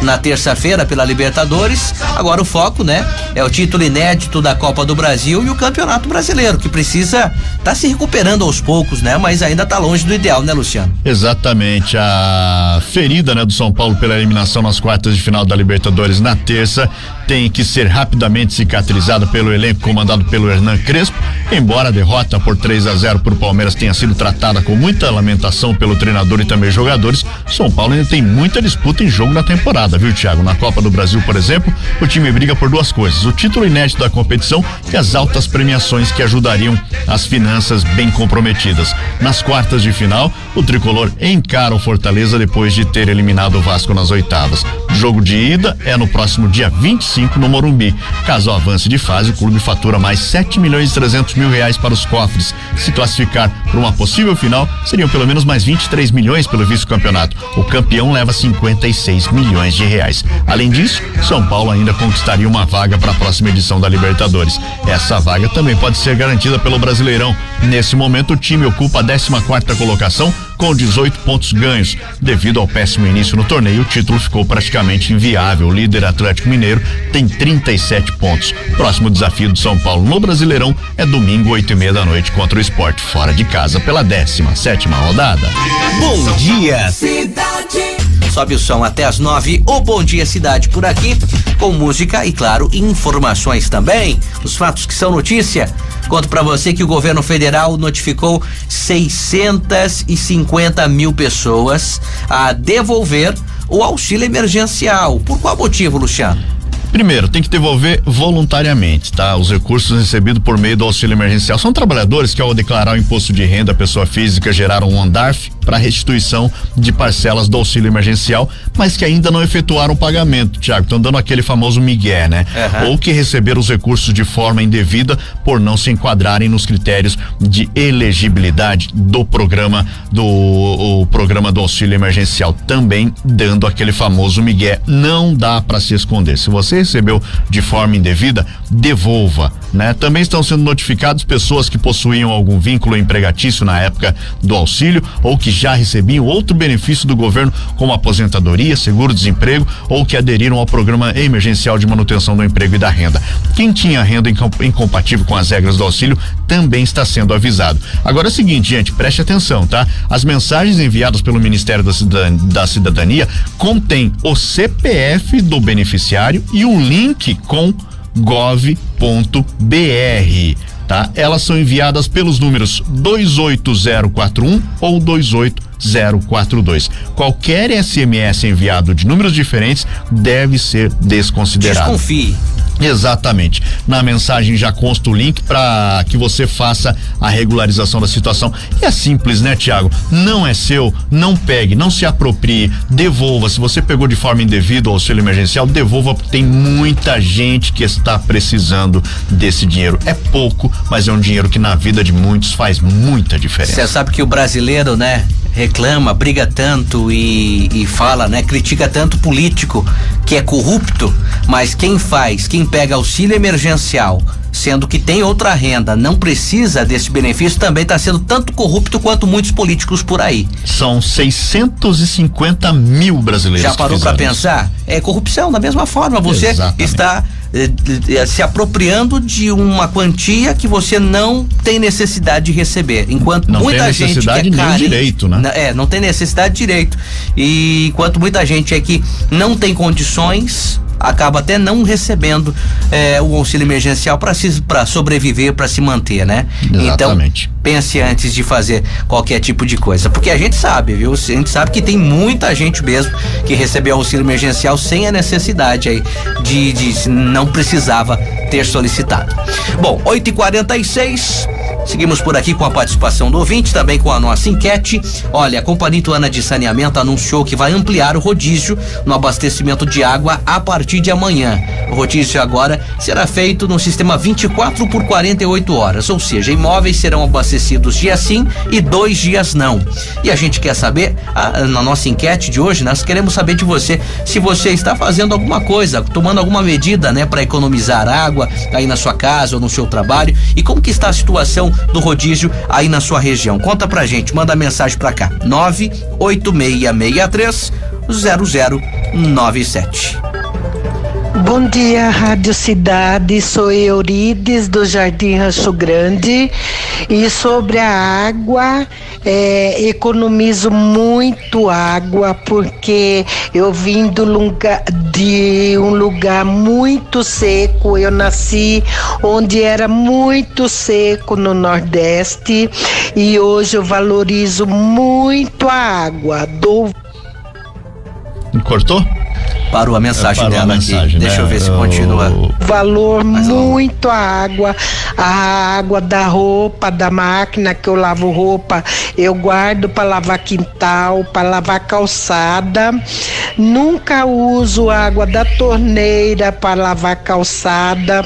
na terça-feira pela Libertadores. Agora o foco, né, é o título inédito da Copa do Brasil e o Campeonato Brasileiro, que precisa tá se recuperando aos poucos, né, mas ainda tá longe do ideal, né, Luciano? Exatamente. A ferida, né, do São Paulo pela eliminação nas quartas de final da Libertadores na terça tem que ser rapidamente cicatrizada pelo elenco comandado pelo Hernan Crespo. Embora a derrota por três a zero pro Palmeiras tenha sido tratada com muita lamentação pelo treinador e também jogadores, São Paulo ainda tem muita disputa em jogo na temporada, viu, Thiago? Na Copa do Brasil, por exemplo, o time briga por duas coisas: o título inédito da competição e as altas premiações que ajudariam as finanças bem comprometidas. Nas quartas de final, o tricolor encara o Fortaleza depois de ter eliminado o Vasco nas oitavas. O jogo de ida é no próximo dia vinte e cinco no Morumbi. Caso avance de fase, o clube fatura mais sete milhões e trezentos mil reais para os cofres. Se classificar para uma possível final, seriam pelo menos mais vinte e três milhões pelo vice-campeonato. O campeão leva cinquenta e seis milhões de reais. Além disso, São Paulo ainda conquistaria uma vaga para a próxima edição da Libertadores. Essa vaga também pode ser garantida pelo Brasileirão. Nesse momento, o time ocupa a décima quarta colocação com dezoito pontos ganhos. Devido ao péssimo início no torneio, o título ficou praticamente inviável. O líder Atlético Mineiro tem trinta e sete pontos. Próximo desafio do São Paulo no Brasileirão é domingo, oito e meia da noite, contra o Sport fora de casa pela décima sétima rodada. Bom dia, cidade. Sobe o som até as nove. O Bom Dia Cidade por aqui, com música e, claro, informações também. Os fatos que são notícia. Conto pra você que o governo federal notificou seiscentas e cinquenta mil pessoas a devolver o auxílio emergencial. Por qual motivo, Luciano? Primeiro, tem que devolver voluntariamente, tá? Os recursos recebidos por meio do auxílio emergencial são trabalhadores que, ao declarar o imposto de renda à pessoa física, geraram um ONDARF para restituição de parcelas do auxílio emergencial, mas que ainda não efetuaram o pagamento, Tiago. Estão dando aquele famoso migué, né? Uhum. Ou que receberam os recursos de forma indevida por não se enquadrarem nos critérios de elegibilidade do programa do o programa do auxílio emergencial, também dando aquele famoso migué. Não dá para se esconder. Se você recebeu de forma indevida, devolva, né? Também estão sendo notificados pessoas que possuíam algum vínculo empregatício na época do auxílio ou que já recebiam outro benefício do governo, como aposentadoria, seguro-desemprego, ou que aderiram ao programa emergencial de manutenção do emprego e da renda. Quem tinha renda incompatível com as regras do auxílio também está sendo avisado. Agora é o seguinte, gente, preste atenção, tá? As mensagens enviadas pelo Ministério da Cidadania, da Cidadania contêm o C P F do beneficiário e um link com gov ponto br, tá? Elas são enviadas pelos números dois oito zero quatro um ou dois oito zero quatro dois. Qualquer S M S enviado de números diferentes deve ser desconsiderado. Desconfie. Exatamente. Na mensagem já consta o link para que você faça a regularização da situação. E é simples, né, Tiago? Não é seu, não pegue, não se aproprie, devolva. Se você pegou de forma indevida o auxílio emergencial, devolva, porque tem muita gente que está precisando desse dinheiro. É pouco, mas é um dinheiro que na vida de muitos faz muita diferença. Você sabe que o brasileiro, né, reclama, briga tanto e, e fala, né, critica tanto político que é corrupto, mas quem faz, quem pega auxílio emergencial, sendo que tem outra renda, não precisa desse benefício, também está sendo tanto corrupto quanto muitos políticos por aí. São seiscentos e cinquenta mil brasileiros. Já parou para pensar? É corrupção da mesma forma, você Exatamente. está eh, eh, se apropriando de uma quantia que você não tem necessidade de receber, enquanto não muita tem gente necessidade que é nem cari... direito, né? É, não tem necessidade de direito, e enquanto muita gente é que não tem condições, acaba até não recebendo eh, o auxílio emergencial para se, para sobreviver, para se manter, né? Exatamente. Então, pense antes de fazer qualquer tipo de coisa, porque a gente sabe, viu? A gente sabe que tem muita gente mesmo que recebeu auxílio emergencial sem a necessidade aí de, de não precisava ter solicitado. Bom, oito e quarenta e seis. Seguimos por aqui com a participação do ouvinte, também com a nossa enquete. Olha, a Companhia Ituana de Saneamento anunciou que vai ampliar o rodízio no abastecimento de água a partir de amanhã. O rodízio agora será feito no sistema vinte e quatro por quarenta e oito horas, ou seja, imóveis serão abastecidos dias sim e dois dias não. E a gente quer saber, a, na nossa enquete de hoje, nós queremos saber de você, se você está fazendo alguma coisa, tomando alguma medida, né, para economizar água aí na sua casa ou no seu trabalho, e como que está a situação do rodízio aí na sua região. Conta pra gente, manda mensagem pra cá, nove oito seis seis três zero zero nove sete. Bom dia, Rádio Cidade, sou Eurides do Jardim Rancho Grande e sobre a água, é, economizo muito água porque eu vim do lugar, de um lugar muito seco, eu nasci onde era muito seco no Nordeste e hoje eu valorizo muito a água. Dou... Cortou? Parou a mensagem Parou dela a mensagem, aqui. né? Deixa eu ver se continua. Valor muito a água, a água da roupa, da máquina que eu lavo roupa, eu guardo para lavar quintal, para lavar calçada. Nunca uso água da torneira para lavar calçada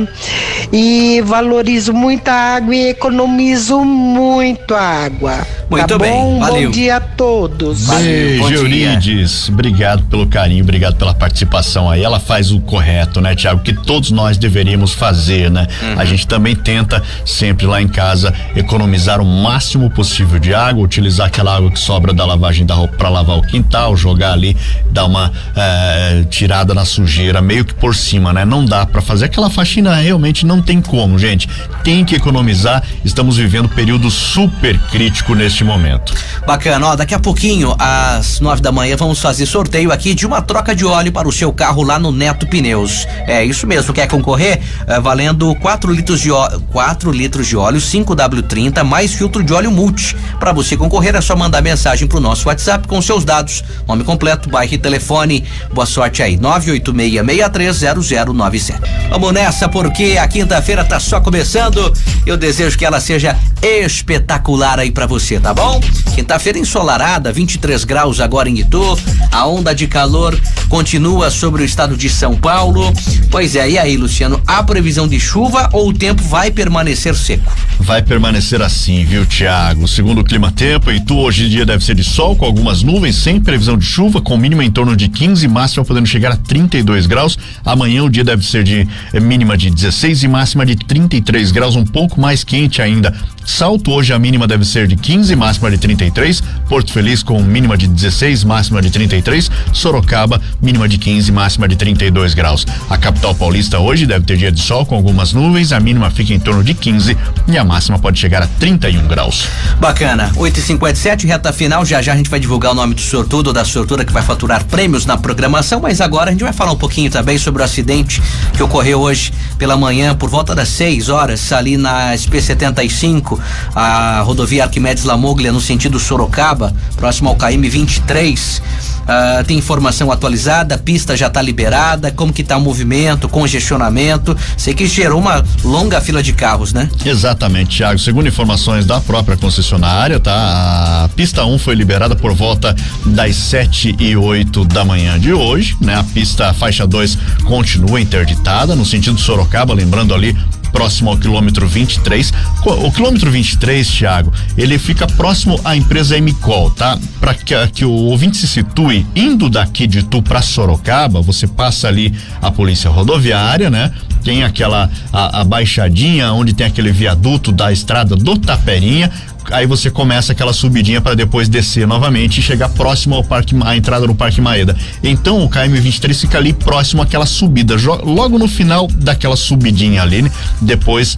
e valorizo muito a água e economizo muito a água. Muito tá bem, bom? valeu. Bom dia a todos. Beijo, Eurides. Obrigado pelo carinho, obrigado pela participação aí. Ela faz o correto, né, Tiago? Que todos nós deveríamos fazer, né? Uhum. A gente também tenta sempre lá em casa economizar o máximo possível de água, utilizar aquela água que sobra da lavagem da roupa para lavar o quintal, jogar ali, dar uma eh, tirada na sujeira, meio que por cima, né? Não dá para fazer aquela faxina, realmente não tem como, gente. Tem que economizar. Estamos vivendo um período super crítico neste momento. Bacana, ó, daqui a pouquinho, às nove da manhã, vamos fazer sorteio aqui de uma troca de óleo para o seu carro lá no Neto Pneus. É isso mesmo, quer concorrer? É, valendo quatro litros de óleo, quatro litros de óleo, cinco W trinta, mais filtro de óleo multi. Para você concorrer é só mandar mensagem pro nosso WhatsApp com seus dados, nome completo, bairro e telefone. Boa sorte aí, nove oito seis, seis três zero zero nove sete. Vamos nessa porque a quinta-feira tá só começando. Eu desejo que ela seja espetacular aí para você, tá bom? Quinta-feira ensolarada, vinte e três graus agora em Itu. A onda de calor continua sobre o estado de São Paulo. Pois é, e aí, Luciano, há previsão de chuva ou o tempo vai permanecer seco? Vai permanecer assim, viu, Tiago? Segundo o Clima Tempo, Itu hoje em dia deve ser de sol com algumas nuvens, sem previsão de chuva, com mínima em torno de quinze, máxima podendo chegar a trinta e dois graus. Amanhã o dia deve ser de eh, mínima de dezesseis e máxima de trinta e três graus, um pouco mais quente ainda. Salto hoje a mínima deve ser de quinze, máxima de trinta e três. Porto Feliz com mínima de dezesseis, máxima de trinta e três. Sorocaba, mínima de quinze, máxima de trinta e dois graus. A capital paulista hoje deve ter dia de sol com algumas nuvens, a mínima fica em torno de quinze e a máxima pode chegar a trinta e um graus. Bacana, oito e cinquenta e sete, reta final, já já a gente vai divulgar o nome do sortudo ou da sortuda que vai faturar prêmios na programação, mas agora a gente vai falar um pouquinho também sobre o acidente que ocorreu hoje pela manhã, por volta das seis horas, ali na S P setenta e cinco, a rodovia Arquimedes Lamoglia, no sentido Sorocaba, próximo ao K M vinte e três. Uh, tem informação atualizada, a pista já está liberada, como que tá o movimento, congestionamento, sei que gerou uma longa fila de carros, né? Exatamente, Thiago, segundo informações da própria concessionária, tá? A pista um foi liberada por volta das sete e oito da manhã de hoje, né? A pista a faixa dois continua interditada, no sentido Sorocaba, lembrando ali, próximo ao quilômetro vinte e três. O quilômetro vinte e três, Thiago, ele fica próximo à empresa Emicol, tá? Para que, que o ouvinte se situe, indo daqui de Itu para Sorocaba, você passa ali a polícia rodoviária, né? Tem aquela a, a baixadinha onde tem aquele viaduto da estrada do Taperinha. Aí você começa aquela subidinha para depois descer novamente e chegar próximo ao parque, à entrada do Parque Maeda. Então o K M vinte e três fica ali próximo àquela subida, logo no final daquela subidinha ali, né? Depois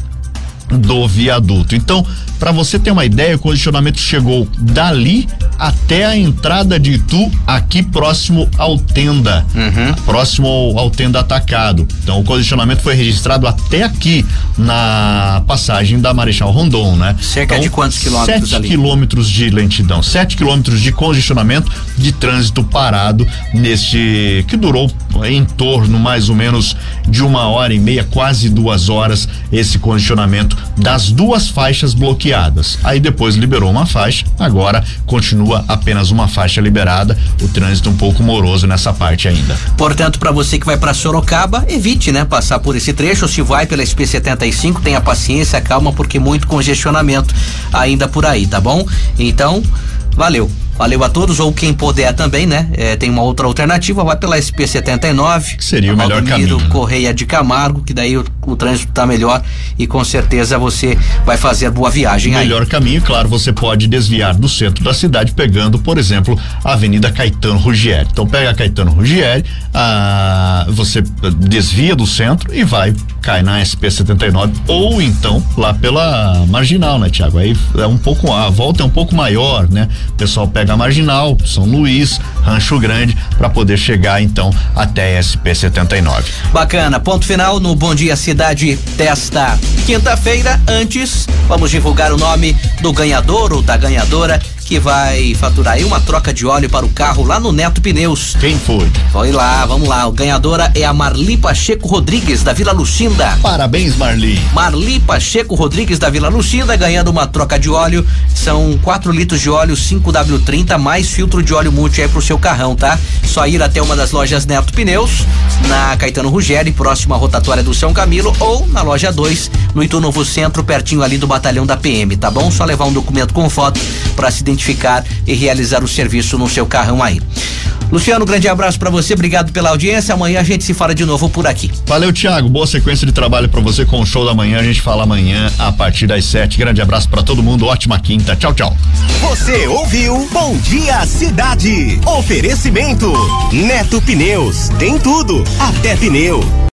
do viaduto. Então, para você ter uma ideia, o condicionamento chegou dali até a entrada de Itu, aqui próximo ao Tenda, uhum. próximo ao, ao Tenda Atacado. Então, o condicionamento foi registrado até aqui na passagem da Marechal Rondon, né? Cerca então, de quantos quilômetros sete ali? quilômetros de lentidão, sete quilômetros de congestionamento de trânsito parado neste que durou em torno mais ou menos de uma hora e meia, quase duas horas, esse congestionamento das duas faixas bloqueadas. Aí depois liberou uma faixa, agora continua apenas uma faixa liberada, o trânsito um pouco moroso nessa parte ainda. Portanto, para você que vai para Sorocaba, evite, né, passar por esse trecho. Se vai pela S P setenta e cinco, tenha paciência, calma, porque muito congestionamento ainda por aí, tá bom? Então, valeu. Valeu a todos, ou quem puder também, né? É, tem uma outra alternativa, vai pela S P setenta e nove. Que seria o melhor caminho. Né? Correia de Camargo, que daí o, o trânsito tá melhor e com certeza você vai fazer boa viagem aí. Melhor caminho, claro, você pode desviar do centro da cidade pegando, por exemplo, a Avenida Caetano Ruggieri. Então pega a Caetano Ruggieri, a, você desvia do centro e vai, cai na S P setenta e nove ou então lá pela Marginal, né, Tiago? Aí é um pouco, a volta é um pouco maior, né? O pessoal pega a Marginal, São Luís, Rancho Grande, para poder chegar então até S P setenta e nove. Bacana, ponto final no Bom Dia Cidade desta quinta-feira. Antes, vamos divulgar o nome do ganhador ou da ganhadora que vai faturar aí uma troca de óleo para o carro lá no Neto Pneus. Quem foi? Foi lá, vamos lá. O ganhadora é a Marli Pacheco Rodrigues, da Vila Lucinda. Parabéns, Marli. Marli Pacheco Rodrigues, da Vila Lucinda, ganhando uma troca de óleo. São quatro litros de óleo cinco W trinta, mais filtro de óleo multi aí pro seu carrão, tá? Só ir até uma das lojas Neto Pneus, na Caetano Ruggieri, próxima à rotatória do São Camilo, ou na loja dois, no Itu Novo Centro, pertinho ali do batalhão da P M, tá bom? Só levar um documento com foto para se identificar e realizar o serviço no seu carrão aí. Luciano, grande abraço pra você, obrigado pela audiência. Amanhã a gente se fala de novo por aqui. Valeu, Thiago, boa sequência de trabalho pra você com o show da manhã. A gente fala amanhã a partir das sete. Grande abraço pra todo mundo, ótima quinta, tchau, tchau. Você ouviu Bom Dia Cidade. Oferecimento Neto Pneus, tem tudo, até pneu.